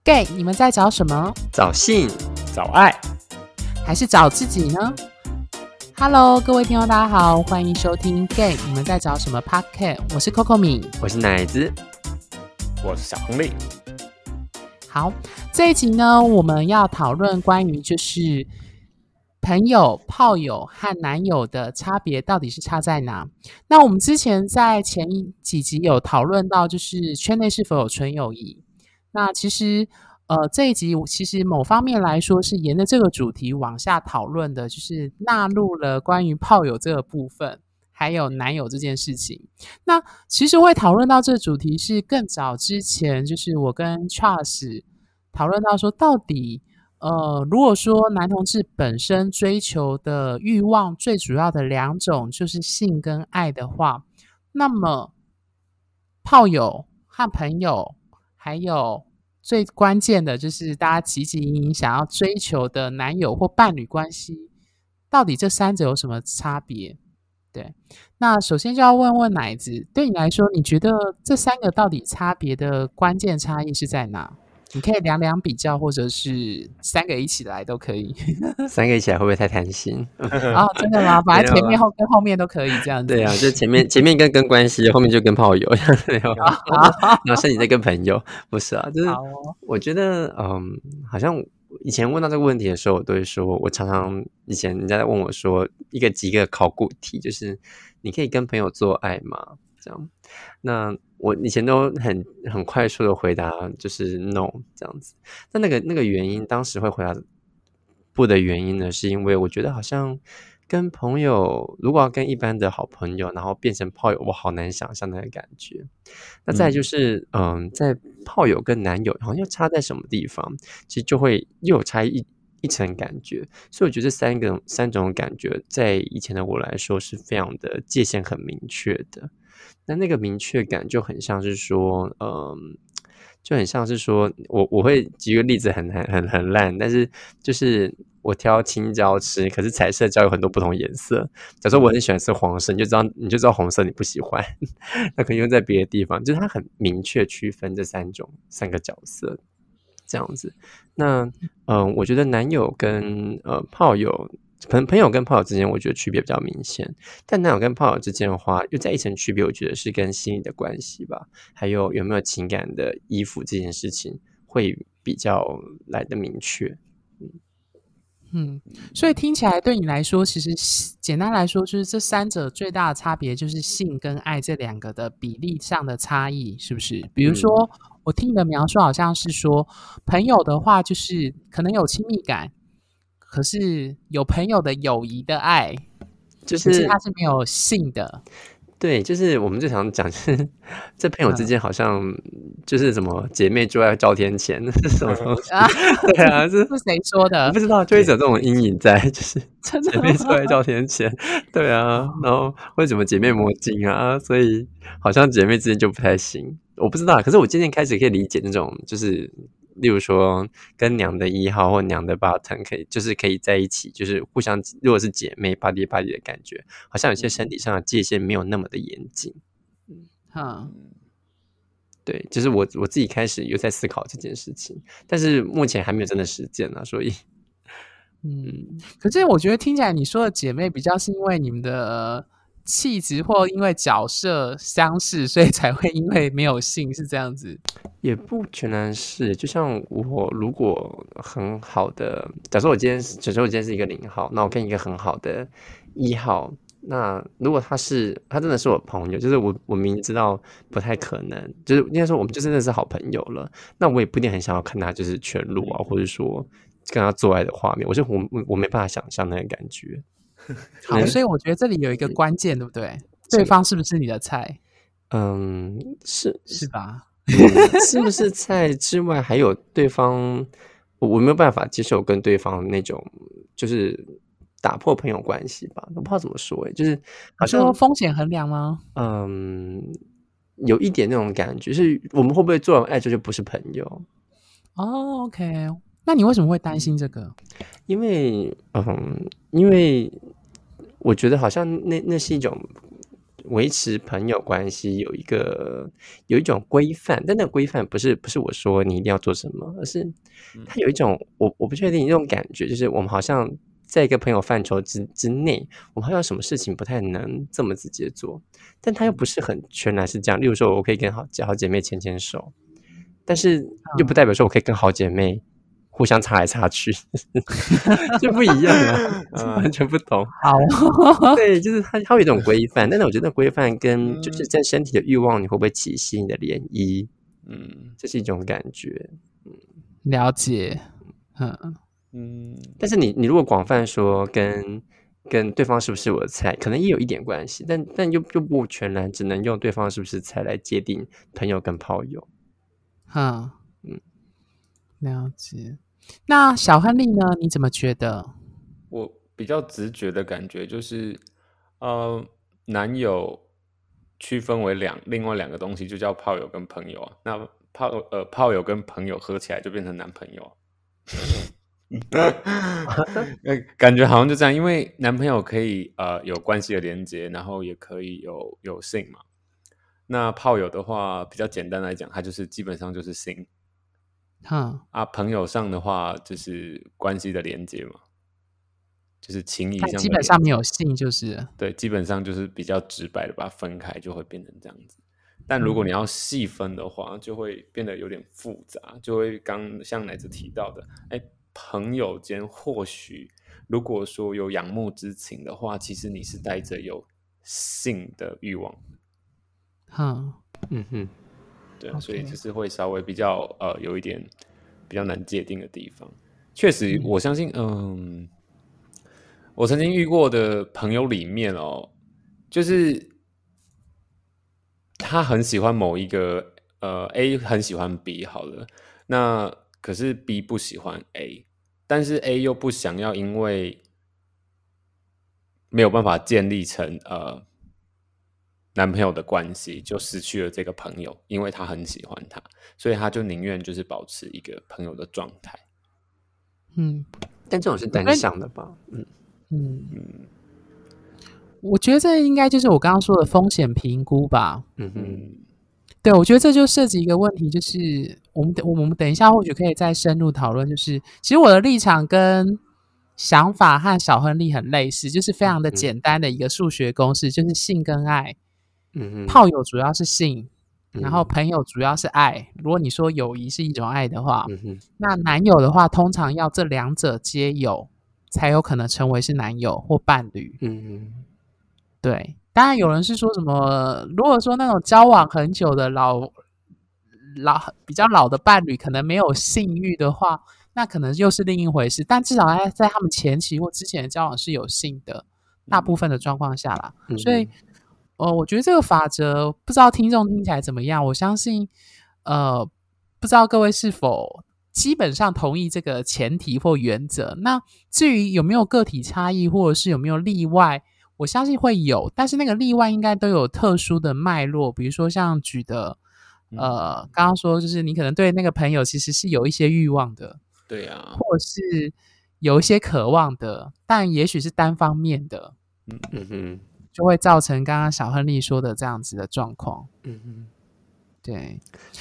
gay， 你们在找什么？ 找性，找爱， 还是找自己呢？Hello， 各位听众，大家好，欢迎收听 Gay， 你们在找什么 Podcast？ 我是 Coco 米， 我是奶子， 我是小红妹。 好，这一集呢，我们要讨论关于就是朋友、炮友和男友的差别到底是差在哪？那我们之前在前几集有讨论到，就是圈内是否有纯友谊。那其实这一集其实某方面来说是沿着这个主题往下讨论的，就是纳入了关于炮友这个部分，还有男友这件事情。那其实会讨论到这个主题是更早之前，就是我跟 Charles 讨论到说，到底如果说男同志本身追求的欲望最主要的两种就是性跟爱的话，那么炮友和朋友还有最关键的就是大家汲汲营营想要追求的男友或伴侣关系，到底这三者有什么差别？对，那首先就要问问奶子，对你来说，你觉得这三个到底差别的关键差异是在哪？你可以两两比较，或者是三个一起来都可以。 三个一起来会不会太贪心？ 哦，真的吗？反正前面跟后面都可以这样子。 对啊，就前面跟关系，后面就跟炮友，然后剩你再跟朋友，不是啊？就是我觉得，好像以前问到这个问题的时候，我都会说，我常常以前人家在问我说，几个考古题，就是你可以跟朋友做爱吗？这样，那我以前都很快速的回答就是 no 这样子。但那个原因，当时会回答不的原因呢，是因为我觉得好像跟朋友，如果要跟一般的好朋友，然后变成炮友，我好难想象那个感觉。那再来就是，在炮友跟男友好像又差在什么地方，其实就会又有差一层感觉。所以我觉得这三种感觉，在以前的我来说是非常的界限很明确的。那个明确感就很像是说，就很像是说我会举个例子很烂，但是就是我挑青椒吃，可是彩色椒有很多不同颜色。假如说我很喜欢吃黄色，你就知道红色你不喜欢，那可能用在别的地方，就是它很明确区分这三个角色这样子。那我觉得男友跟炮友。朋友跟炮友之间，我觉得区别比较明显。但男友跟炮友之间的话，又在一层区别，我觉得是跟心理的关系吧，还有没有情感的依附这件事情，会比较来的明确。 所以听起来对你来说，其实简单来说，就是这三者最大的差别就是性跟爱这两个的比例上的差异，是不是？比如说，我听你的描述好像是说，朋友的话就是可能有亲密感，可是有朋友的友谊的爱，就是它是没有性的。 对，就是我们最常讲，就是这朋友之间好像就是什么姐妹做爱遭天谴，是什么东西？对啊，是谁说的？ 我不知道，就一直有这种阴影在，就是姐妹做爱遭天谴。对啊，然后为什么姐妹魔镜啊？所以好像姐妹之间就不太行。我不知道，可是我今天开始可以理解那种，就是例如说跟娘的1号或娘的bottom可以在一起，就是互相如果是姐妹 body 的感觉，好像有些身体上的界限没有那么的严谨。对，就是我自己开始有在思考这件事情，但是目前还没有真的实践啊，所以可是我觉得听起来你说的姐妹比较是因为你们的气质或因为角色相似，所以才会因为没有性是这样子。 也不全然是，就像我如果很好的，假设我今天是一个0号，那我跟一个很好的1号，那如果他真的是我朋友，就是我明知道不太可能，就是应该说我们就真的是好朋友了，那我也不一定很想要看他就是全裸啊，或者说跟他做爱的画面，我没办法想象那个感觉。 好，所以我觉得这里有一个关键，对不对？对方是不是你的菜？是吧？ 是不是菜之外，还有对方，我没有办法接受跟对方那种就是打破朋友关系吧，我不知道怎么说就是好像说风险衡量吗？ 有一点那种感觉，是我们会不会做完爱之后就不是朋友？ 哦 ，OK， 那你为什么会担心这个？ 因为我觉得好像那是一种维持朋友关系有一种规范，但那个规范不是我说你一定要做什么，而是它有一种我不确定那种感觉，就是我们好像在一个朋友范畴之内，我们好像有什么事情不太能这么直接做，但它又不是很全然是这样。例如说，我可以跟好姐妹牵牵手，但是又不代表说我可以跟好姐妹互相插来插去，就不一样啊，完全不同。 好， 对，就是它有一种规范，但是我觉得规范跟就是在身体的欲望，你会不会起新的涟漪？这是一种感觉。 了解。 但是你如果广泛说跟对方是不是我的菜，可能也有一点关系，但又不全然只能用对方是不是菜来界定朋友跟炮友。 了解。那小亨利呢？你怎么觉得？ 我比较直觉的感觉就是，男友区分为另外两个东西，就叫炮友跟朋友啊。那炮友跟朋友合起来就变成男朋友。感觉好像就这样，因为男朋友可以有关系的连接，然后也可以有性嘛。那炮友的话，比较简单来讲，它就是基本上就是性。朋友上的话就是关系的连接嘛，就是情谊上的连接， 基本上没有性就是对，基本上就是比较直白的把它分开，就会变成这样子。但如果你要细分的话，就会变得有点复杂，就会像乃子提到的，朋友间或许如果说有仰慕之情的话，其实你是带着有性的欲望。对，所以就是会稍微比较有一点比较难界定的地方。确实，我相信，我曾经遇过的朋友里面就是他很喜欢某一个A 很喜欢 B 好了，那可是 B 不喜欢 A， 但是 A 又不想要因为没有办法建立成男朋友的关系就失去了这个朋友，因为他很喜欢他，所以他就宁愿就是保持一个朋友的状态。 但这种是单向的吧？ 我觉得这应该就是我刚刚说的风险评估吧。对，我觉得这就涉及一个问题，就是我们等一下或许可以再深入讨论。就是其实我的立场跟想法和小亨利很类似，就是非常的简单的一个数学公式，就是性跟爱。炮友主要是性，然后朋友主要是爱。如果你说友谊是一种爱的话，那男友的话，通常要这两者皆有，才有可能成为是男友或伴侣。对。当然有人是说什么，如果说那种交往很久的比较老的伴侣可能没有性欲的话，那可能又是另一回事，但至少在他们前期或之前的交往是有性的，大部分的状况下啦。所以我觉得这个法则不知道听众听起来怎么样，我相信不知道各位是否基本上同意这个前提或原则。那至于有没有个体差异或者是有没有例外，我相信会有，但是那个例外应该都有特殊的脉络，比如说像举的刚刚说就是你可能对那个朋友其实是有一些欲望的， 对啊， 或者是有一些渴望的，但也许是单方面的，就会造成刚刚小亨利说的这样子的状况。对。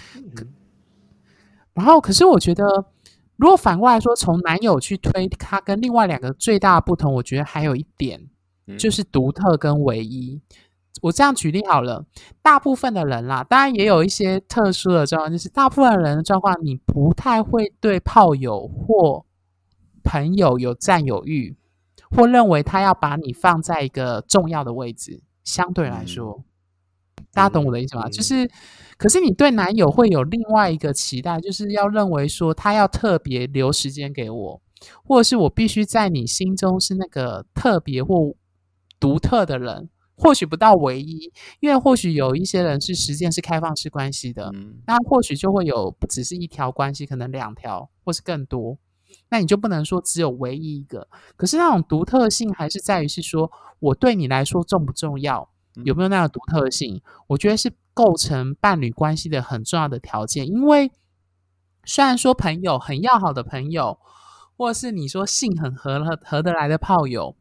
然后可是我觉得如果反过来说从男友去推他跟另外两个最大的不同，我觉得还有一点就是独特跟唯一。我这样举例好了，大部分的人啦，当然也有一些特殊的状况，就是大部分人的状况你不太会对炮友或朋友有占有欲，或认为他要把你放在一个重要的位置，相对来说大家懂我的意思吗？就是可是你对男友会有另外一个期待，就是要认为说他要特别留时间给我，或者是我必须在你心中是那个特别或独特的人，或许不到唯一，因为或许有一些人是实践是开放式关系的，那或许就会有不只是一条关系，可能两条或是更多，那你就不能说只有唯一一个。可是那种独特性还是在于是说我对你来说重不重要，有没有那个独特性，我觉得是构成伴侣关系的很重要的条件。因为虽然说朋友很要好的朋友，或者是你说性很合得来的炮友，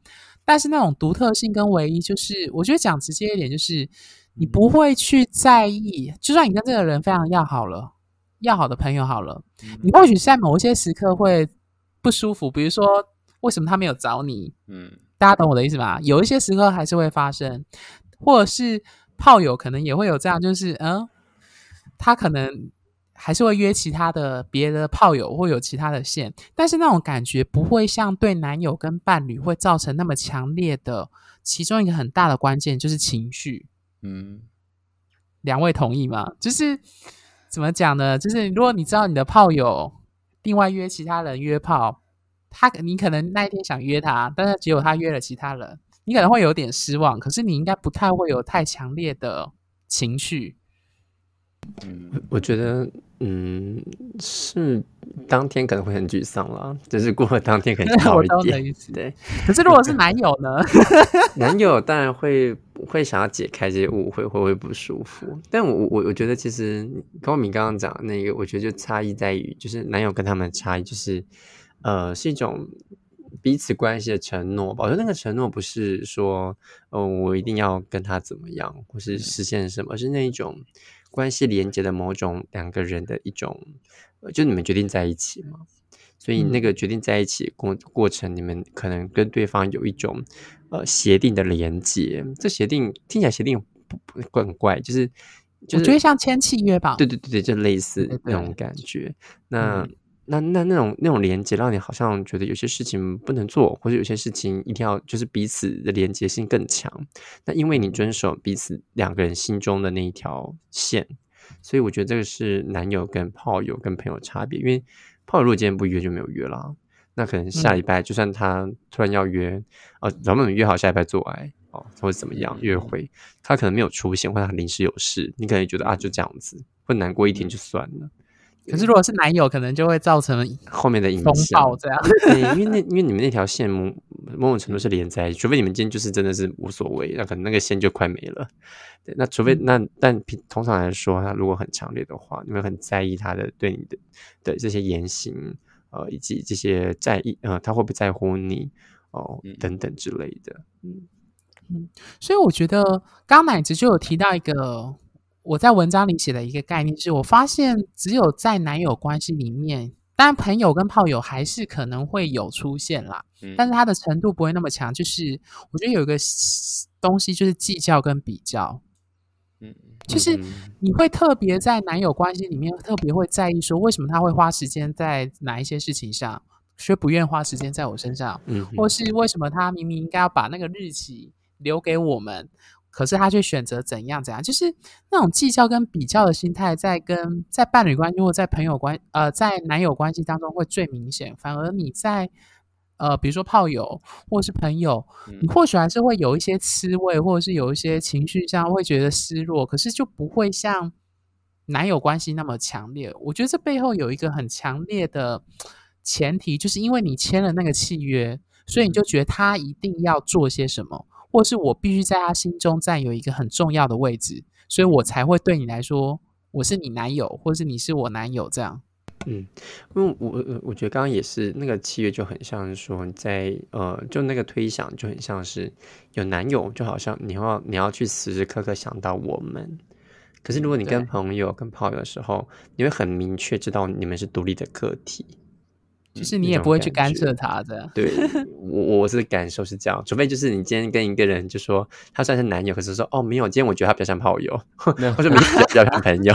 但是那种独特性跟唯一，就是我觉得讲直接一点，就是你不会去在意，就算你跟这个人非常要好的朋友好了，你或许在某一些时刻会不舒服，比如说为什么他没有找你，大家懂我的意思吗？有一些时刻还是会发生，或者是炮友可能也会有这样，就是他可能还是会约其他的别的炮友或有其他的线，但是那种感觉不会像对男友跟伴侣会造成那么强烈的。其中一个很大的关键就是情绪，两位同意吗？就是怎么讲呢？就是如果你知道你的炮友另外约其他人约炮，你可能那一天想约他，但是结果他约了其他人，你可能会有点失望，可是你应该不太会有太强烈的情绪。 我觉得是当天可能会很沮丧啦，就是过了当天可能就好一点。对， 可是如果是男友呢？ 男友当然会想要解开这些误会，会不舒服。但我觉得其实高敏刚刚讲的那个，我觉得就差异在于，就是男友跟他们的差异就是是一种彼此关系的承诺吧。我觉得那个承诺不是说我一定要跟他怎么样，或是实现什么，而是那一种关系连接的某种两个人的一种，就你们决定在一起嘛。所以那个决定在一起过程，你们可能跟对方有一种协定的连接。这协定听起来协定很怪，就是我觉得像签契约吧。 对，就类似那种感觉。那种连接，让你好像觉得有些事情不能做，或者有些事情一定要就是彼此的连接性更强。那因为你遵守彼此两个人心中的那一条线，所以我觉得这个是男友跟炮友跟朋友差别。因为炮友如果今天不约就没有约啦，那可能下礼拜就算他突然要约，咱们约好下礼拜做爱或者怎么样约会，他可能没有出现，或者他临时有事，你可能觉得就这样子，会难过一天就算了。 可是如果是男友，可能就会造成后面的影响，风暴这样。 对，因为你们那条线某种程度是连在一起，除非你们今天就是真的是无所谓，那可能那个线就快没了。对，那除非但通常来说，他如果很强烈的话，你会很在意他的对你的这些言行，以及这些在意，他会不会在乎你等等之类的。 所以我觉得刚乃子就有提到一个。我在文章里写的一个概念是，我发现只有在男友关系里面，当然朋友跟炮友还是可能会有出现啦，但是它的程度不会那么强。就是我觉得有一个东西就是计较跟比较，就是你会特别在男友关系里面特别会在意说，为什么他会花时间在哪一些事情上，却不愿花时间在我身上，或是为什么他明明应该要把那个日期留给我们。可是他却选择怎样，就是那种计较跟比较的心态，在伴侣关系或在在男友关系当中会最明显。反而你在比如说炮友或是朋友，你或许还是会有一些吃味，或者是有一些情绪上会觉得失落，可是就不会像男友关系那么强烈。我觉得这背后有一个很强烈的前提，就是因为你签了那个契约，所以你就觉得他一定要做些什么。或是我必须在他心中占有一个很重要的位置，所以我才会对你来说，我是你男友，或是你是我男友这样。 因为我觉得刚刚也是那个契约就很像是说在就那个推想就很像是有男友，就好像你要去时时刻刻想到我们。可是如果你跟朋友跟炮友的时候，你会很明确知道你们是独立的个体。 就是你也不会去干涉他的。 对，我是感受是这样，除非就是你今天跟一个人就说他算是男友，可是说没有，今天我觉得他比较像炮友，或者明天比较像朋友。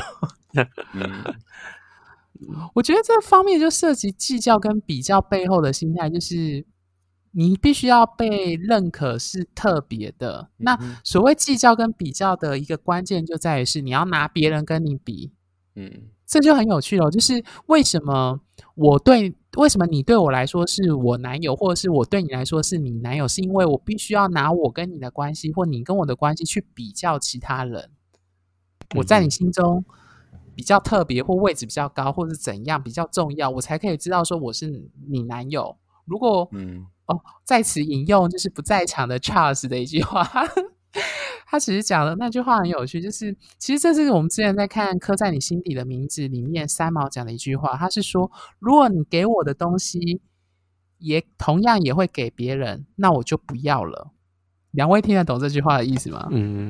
我觉得这方面就涉及计较跟比较背后的心态，就是你必须要被认可是特别的。那所谓计较跟比较的一个关键就在于是你要拿别人跟你比。这就很有趣了，就是为什么你对我来说是我男友，或者是我对你来说是你男友，是因为我必须要拿我跟你的关系，或你跟我的关系去比较其他人。我在你心中比较特别，或位置比较高，或是怎样比较重要，我才可以知道说我是你男友。如果在此引用就是不在场的 Charles 的一句话。他其实讲的那句话很有趣，就是其实这是我们之前在看《刻在你心底的名字》里面三毛讲的一句话，他是说，如果你给我的东西也同样也会给别人，那我就不要了。两位听得懂这句话的意思吗？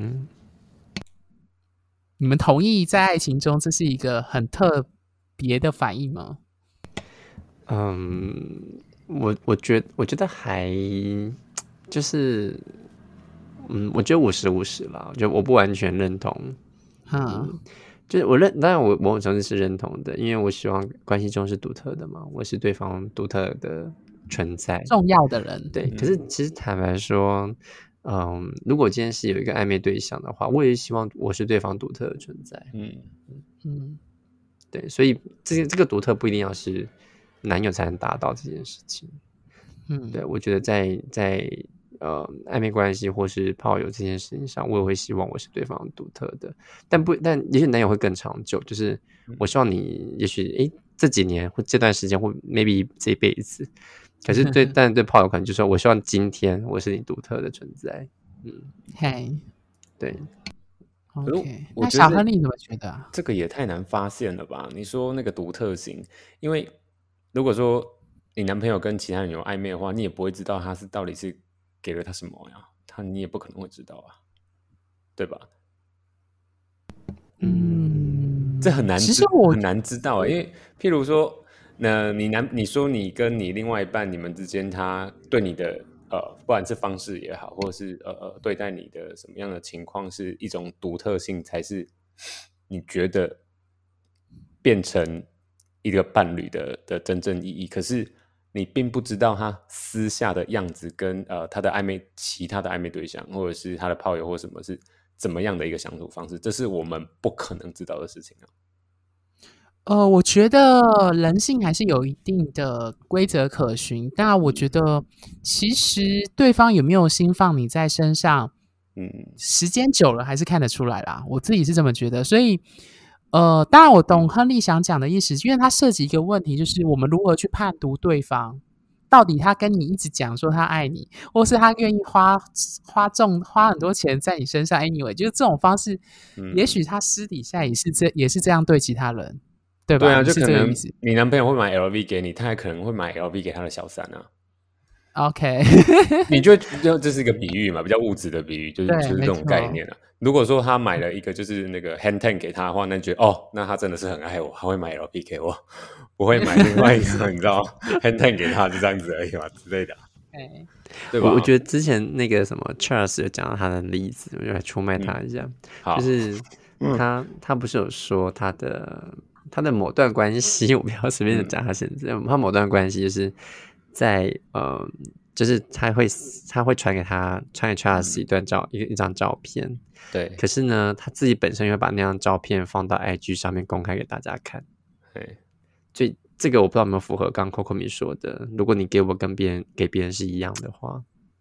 你们同意在爱情中这是一个很特别的反应吗？ 我觉得还就是，我觉得50-50啦，我不完全认同。就是当然我某种程度是认同的，因为我希望关系中是独特的嘛，我是对方独特的存在， 重要的人。 对，可是其实坦白说，如果今天是有一个暧昧对象的话，我也希望我是对方独特的存在。对，所以这个独特不一定要是男友才能达到这件事情。对，我觉得在暧昧关系或是炮友这件事情上，我也会希望我是对方独特的，但也许男友会更长久，就是我希望你也许这几年或这段时间或 maybe 这一辈子，可是但对炮友可能就是说我希望今天我是你独特的存在。对。 OK， 那小亨利怎么觉得啊？ 这个也太难发现了吧？你说那个独特性，因为如果说你男朋友跟其他人有暧昧的话，你也不会知道他到底是给了他什么呀？你也不可能会知道啊，对吧？这很难， 其实我很难知道，因为譬如说，你说你跟你另外一半，你们之间他对你的不管是方式也好，或者是对待你的什么样的情况，是一种独特性，才是你觉得变成一个伴侣的真正意义。可是你并不知道他私下的样子跟他的其他的暧昧对象，或者是他的炮友或什么是怎么样的一个相处方式，这是我们不可能知道的事情啊。 我觉得人性还是有一定的规则可循，但我觉得其实对方有没有心放你在身上，时间久了还是看得出来啦。我自己是这么觉得，所以当然我懂亨利想讲的意思，因为他涉及一个问题，就是我们如何去判读对方，到底他跟你一直讲说他爱你，或是他愿意花很多钱在你身上 ，anyway， 就是这种方式，也许他私底下也是这样对其他人。对吧？ 对啊，就可能你男朋友会买 LV 给你，他还可能会买 LV 给他的小三啊。 OK， 你就这是一个比喻嘛，比较物质的比喻，就是这种概念啊。如果说他买了一个就是那个 hand tank 给他的话，那觉得那他真的是很爱我，他会买 LV 给我，不会买另外一个你知道 hand tank 给他，就这样子而已嘛之类的。对吧？ 我觉得之前那个什么 Charles 有讲到他的例子，我就来出卖他一下，就是他不是有说他的某段关系，我不要随便的讲他现在，他某段关系就是在就是他会传给 Charles 一张照片， 对， 可是呢，他自己本身会把那张照片放到 IG 上面公开给大家看，所以这个我不知道有没有符合刚刚 Coco 米说的，如果你给我跟给别人是一样的话。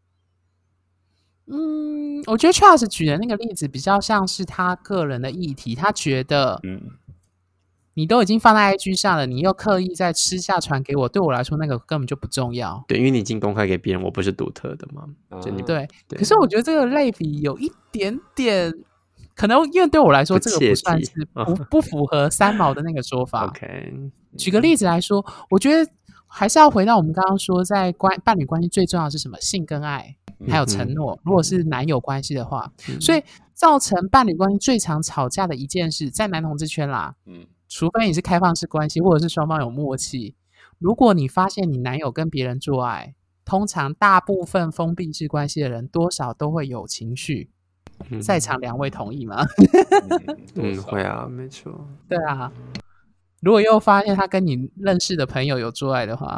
我觉得 Charles 举的那个例子比较像是他个人的议题，他觉得你都已经放在 IG 上了，你又刻意在私下传给我，对我来说那个根本就不重要。 对，因为你已经公开给别人，我不是独特的嘛。 对，可是我觉得这个类比有一点点，可能因为对我来说这个不算是不符合三毛的那个说法。 OK， 举个例子来说，我觉得还是要回到我们刚刚说，在伴侣关系最重要的是什么？性跟爱，还有承诺。如果是男友关系的话，所以造成伴侣关系最常吵架的一件事，在男同志圈啦，除非你是开放式关系，或者是双方有默契。如果你发现你男友跟别人做爱，通常大部分封闭式关系的人多少都会有情绪。在场两位同意吗？ 会啊，没错。 对啊，如果又发现他跟你认识的朋友有做爱的话，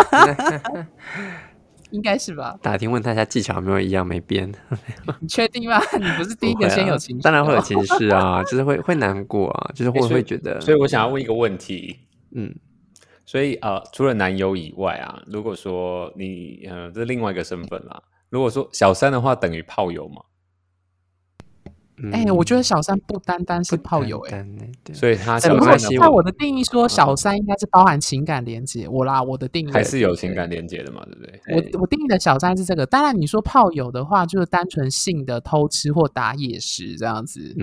应该是吧？ 打听问他一下技巧有没有一样没变？ 你确定吗？你不是第一个先有情绪？ 当然会有情绪啊，就是会难过啊，就是会觉得。 所以我想要问一个问题，所以除了男友以外啊，如果说你这是另外一个身份啦，如果说小三的话，等于炮友嘛？ 我觉得小三不单单是炮友， 所以他在我的定义说，小三应该是包含情感连结。我的定义还是有情感连结的嘛，对不对？我定义的小三是这个。当然，你说炮友的话，就是单纯性的偷吃或打野食这样子。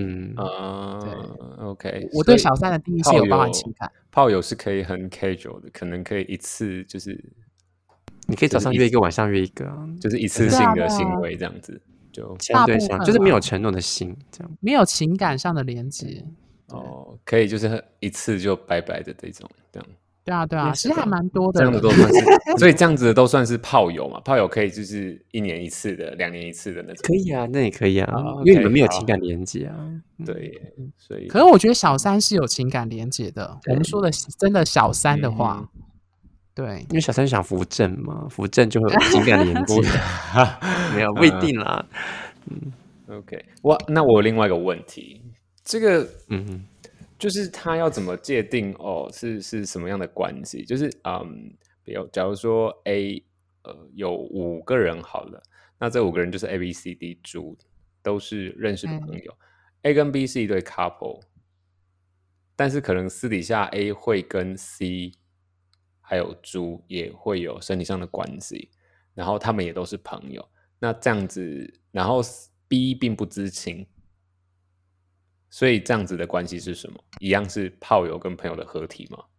OK。 我对小三的定义是有包含情感。 炮友是可以很 casual 的，可能可以一次就是你可以早上约一个，晚上约一个啊， 就是一次性的行为这样子，就相对上就是没有承诺的心，这样没有情感上的连接。 可以就是一次就拜拜的这种，这样。 对啊，其实还蛮多的， 这样的都算是，所以这样子的都算是炮友嘛？炮友可以就是1年1次的、2年1次的那种。 可以啊，那也可以啊，因为你们没有情感连接啊。 对，所以可是我觉得小三是有情感连接的。我们说的真的小三的话，对， 因为小三想扶正嘛，扶正就会有情感连接，没有不一定啦。 OK， 那我有另外一个问题，这个就是他要怎么界定是什么样的关系？就是比如假如说 A 有5个人好了，那这5个人就是 A、B、C、D 猪都是认识的朋友，A 跟 B 是一对 couple， 但是可能私底下 A 会跟 C 还有猪也会有身体上的关系，然后他们也都是朋友，那这样子，然后 B 并不知情。所以这样子的关系是什么？一样是炮友跟朋友的合体吗？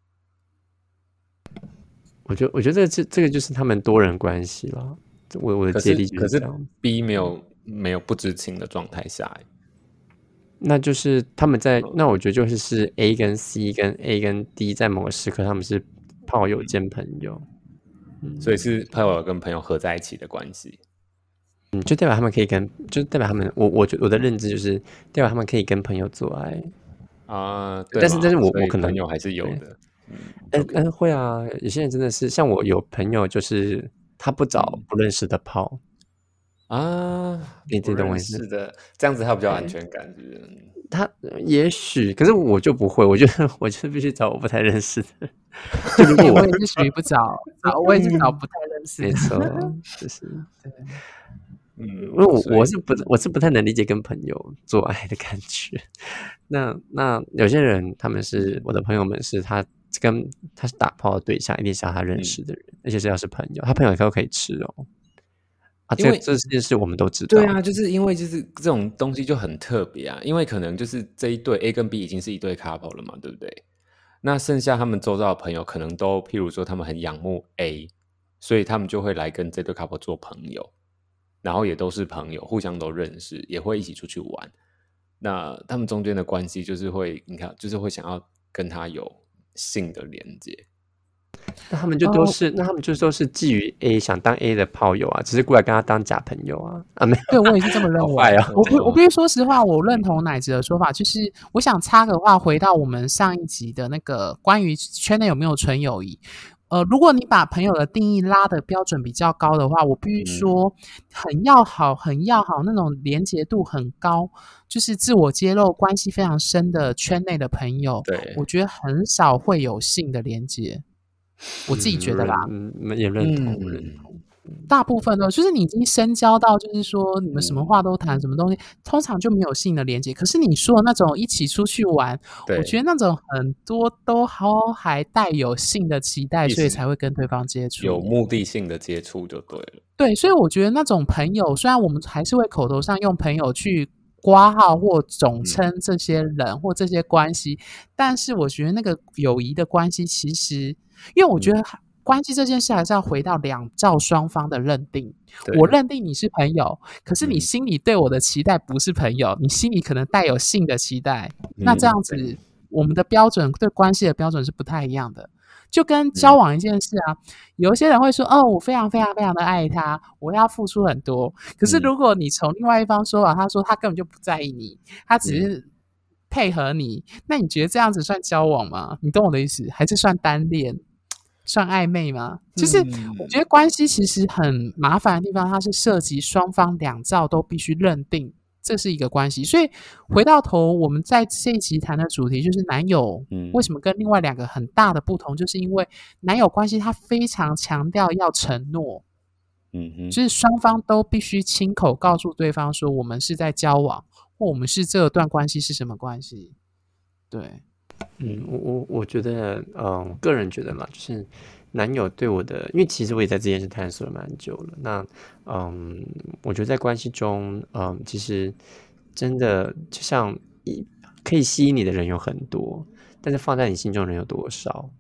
我觉得这个就是他们多人关系了。我的界定就是这样。 可是 B 没有不知情的状态下， 那就是他们在那我觉得就是 A 跟 C 跟 A 跟 D 在某个时刻他们是炮友兼朋友， 所以是炮友跟朋友合在一起的关系。 就代表他们可以就代表他们，我的认知就是代表他们可以跟朋友做爱啊。 但是我可能朋友还是有的。 会啊，有些人真的是像我有朋友，就是他不找不认识的炮啊， 你这懂我意思的，这样子他比较安全感，是不是？ 他也许，可是我就不会，我就必须找我不太认识的。就如果我也是属于不找，我也是找不太认识的。 没错，就是对。因为我是不太能理解跟朋友做爱的感觉。那有些人他们是我的朋友们，是他是打炮的对象，一定是要他认识的人，而且是要是朋友，他朋友都可以吃哦。这件事我们都知道。 对啊，就是因为就是这种东西就很特别啊，因为可能就是这一对 A 跟 B 已经是一对 couple 了嘛，对不对？那剩下他们周遭的朋友可能都，譬如说他们很仰慕 A， 所以他们就会来跟这对 couple 做朋友。然后也都是朋友，互相都认识，也会一起出去玩。那他们中间的关系就是会，你看，就是会想要跟他有性的连接。 那他们就都是，基于 A 想当 A 的炮友啊，只是过来跟他当假朋友啊。没有， 对我也是这么认为。我必须说实话，我认同乃子的说法，就是我想插个话，回到我们上一集的那个关于圈内有没有纯友谊。如果你把朋友的定义拉的标准比较高的话，我必须说很要好那种连结度很高，就是自我揭露关系非常深的圈内的朋友，我觉得很少会有性的连结。我自己觉得啦， 也认同。 大部分呢，就是你已经深交到，就是说你们什么话都谈，什么东西，通常就没有性的连接。可是你说的那种一起出去玩，我觉得那种很多都还带有性的期待，所以才会跟对方接触， 有目的性的接触就对了。 对，所以我觉得那种朋友，虽然我们还是会口头上用朋友去括号或总称这些人或这些关系，但是我觉得那个友谊的关系，其实因为我觉得关系这件事还是要回到两造双方的认定。我认定你是朋友，可是你心里对我的期待不是朋友，你心里可能带有性的期待，那这样子我们的标准对关系的标准是不太一样的。就跟交往一件事啊，有一些人会说我非常非常非常的爱他，我要付出很多。可是如果你从另外一方说他说他根本就不在意你，他只是配合你，那你觉得这样子算交往吗？你懂我的意思？还是算单恋？算暧昧吗？就是我觉得关系其实很麻烦的地方，它是涉及双方两造都必须认定这是一个关系。所以回到头，我们在这一集谈的主题就是男友为什么跟另外两个很大的不同，就是因为男友关系他非常强调要承诺，就是双方都必须亲口告诉对方说我们是在交往，或我们是这段关系是什么关系。对。 我觉得，个人觉得嘛，就是男友对我的，因为其实我也在这件事探索了蛮久了。那，我觉得在关系中，其实真的就像可以吸引你的人有很多，但是放在你心中的人有多少？我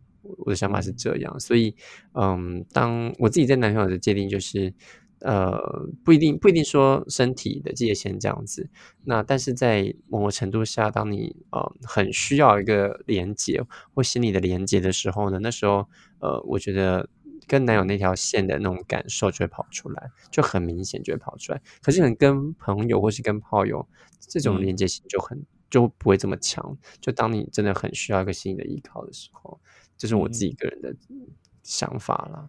的想法是这样，所以当我自己在男朋友的界定就是不一定说身体的界限这样子，那但是在某个程度下，当你很需要一个连接或心理的连接的时候呢，那时候我觉得跟男友那条线的那种感受就会跑出来，就很明显就会跑出来。可是可能跟朋友或是跟炮友这种连接性就不会这么强。就当你真的很需要一个心理的依靠的时候，这是我自己个人的想法啦。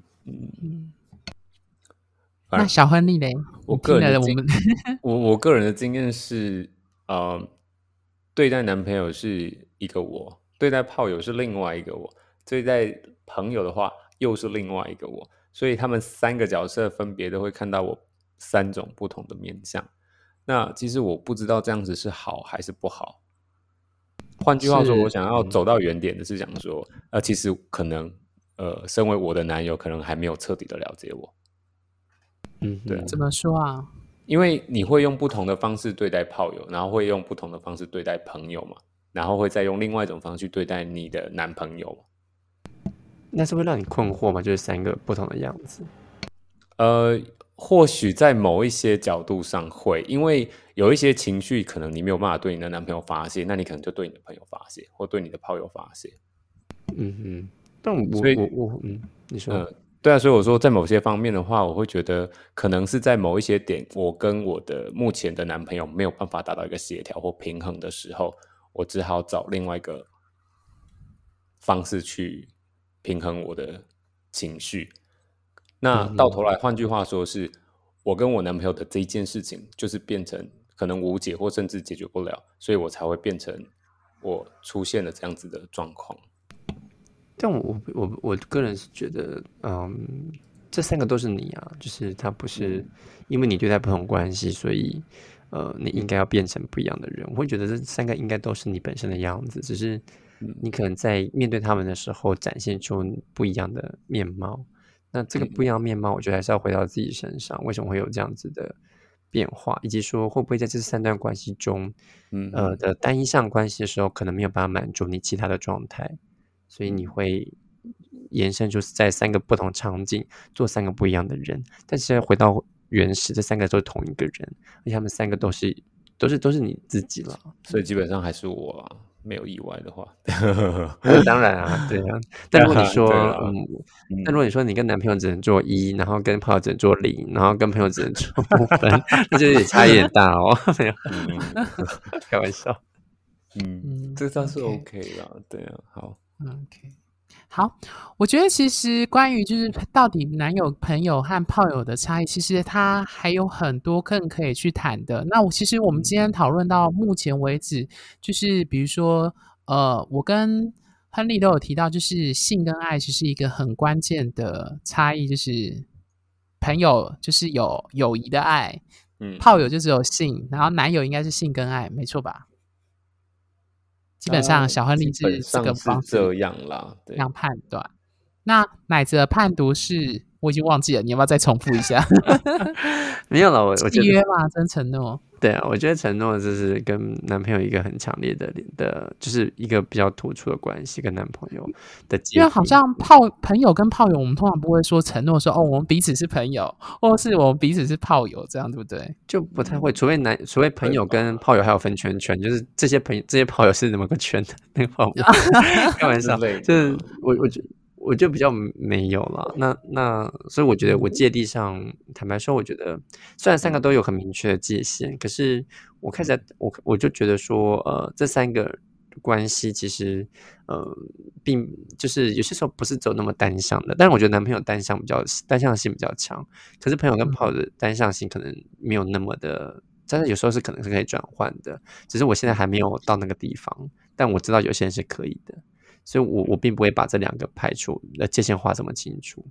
那小亨利嘞？ 我个人的经验是，对待男朋友是一个我，对待炮友是另外一个我，对待朋友的话又是另外一个我，所以他们3个角色分别都会看到我3种不同的面向。那其实我不知道这样子是好还是不好。换句话说，我想要走到原点的是讲说，其实可能身为我的男友可能还没有彻底的了解我。对， 怎么说啊？ 因为你会用不同的方式对待炮友，然后会用不同的方式对待朋友嘛，然后会再用另外一种方式去对待你的男朋友嘛。 那是会让你困惑吗？就是3个不同的样子。 或许在某一些角度上会，因为有一些情绪可能你没有办法对你的男朋友发泄，那你可能就对你的朋友发泄，或对你的炮友发泄。 但你说。 对啊，所以我说在某些方面的话，我会觉得可能是在某一些点，我跟我的目前的男朋友没有办法达到一个协调或平衡的时候，我只好找另外一个方式去平衡我的情绪。那到头来，换句话说是，我跟我男朋友的这一件事情，就是变成可能无解或甚至解决不了，所以我才会变成我出现了这样子的状况。 但我个人是觉得，这3个都是你啊，就是他不是因为你对待不同关系，所以你应该要变成不一样的人。我会觉得这3个应该都是你本身的样子，只是你可能在面对他们的时候展现出不一样的面貌。那这个不一样的面貌，我觉得还是要回到自己身上，为什么会有这样子的变化，以及说会不会在这3段关系中，的单一项关系的时候，可能没有办法满足你其他的状态。所以你会延伸出在3个不同场景做3个不一样的人，但是回到原始，这3个都是同一个人，而且他们3个都是你自己了， 所以基本上还是我啊，没有意外的话。 当然啊，对啊。但如果你说，你跟男朋友只能做1，然后跟朋友只能做0，然后跟朋友只能做不分，那就有点差异很大哦。没有，开玩笑。 这倒是 OK 啦，对啊，好。 OK， 好，我觉得其实关于就是到底男友、朋友和炮友的差异，其实它还有很多更可以去谈的。那其实我们今天讨论到目前为止，就是比如说，我跟亨利都有提到，就是性跟爱其实一个很关键的差异，就是朋友就是有友谊的爱，炮友就只有性，然后男友应该是性跟爱，没错吧？基本上小亨利是这个方式这样啦， 这样判断。那乃子的判读是我已经忘记了，你要不要再重复一下？ 没有了，我契约嘛，真承诺。 对啊，我觉得承诺就是跟男朋友一个很强烈的，就是一个比较突出的关系，跟男朋友的。 因为好像朋友跟炮友，我们通常不会说承诺说我们彼此是朋友，或是我们彼此是炮友，这样对不对？ 就不太会，除非朋友跟炮友还有分圈，就是这些炮友是怎么个圈的那个炮友，开玩笑，就是我就比较没有了，那所以我觉得我界地上，坦白说，我觉得虽然3个都有很明确的界限，可是我开始我就觉得说，这3个关系其实并就是有些时候不是走那么单向的，但是我觉得男朋友单向性比较强，可是朋友跟炮友的单向性可能没有那么的，但是有时候可能是可以转换的，只是我现在还没有到那个地方，但我知道有些人是可以的。所以我并不会把这2个排除界限画这么清楚。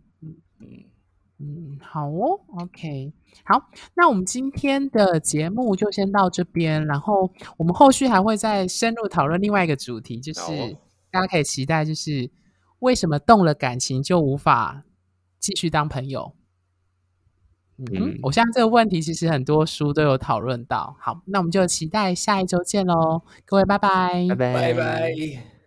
好哦 ，OK， 好，那我们今天的节目就先到这边，然后我们后续还会再深入讨论另外一个主题，就是大家可以期待，就是为什么动了感情就无法继续当朋友？我相信这个问题其实很多书都有讨论到。好，那我们就期待下一周见喽，各位拜拜， 拜拜。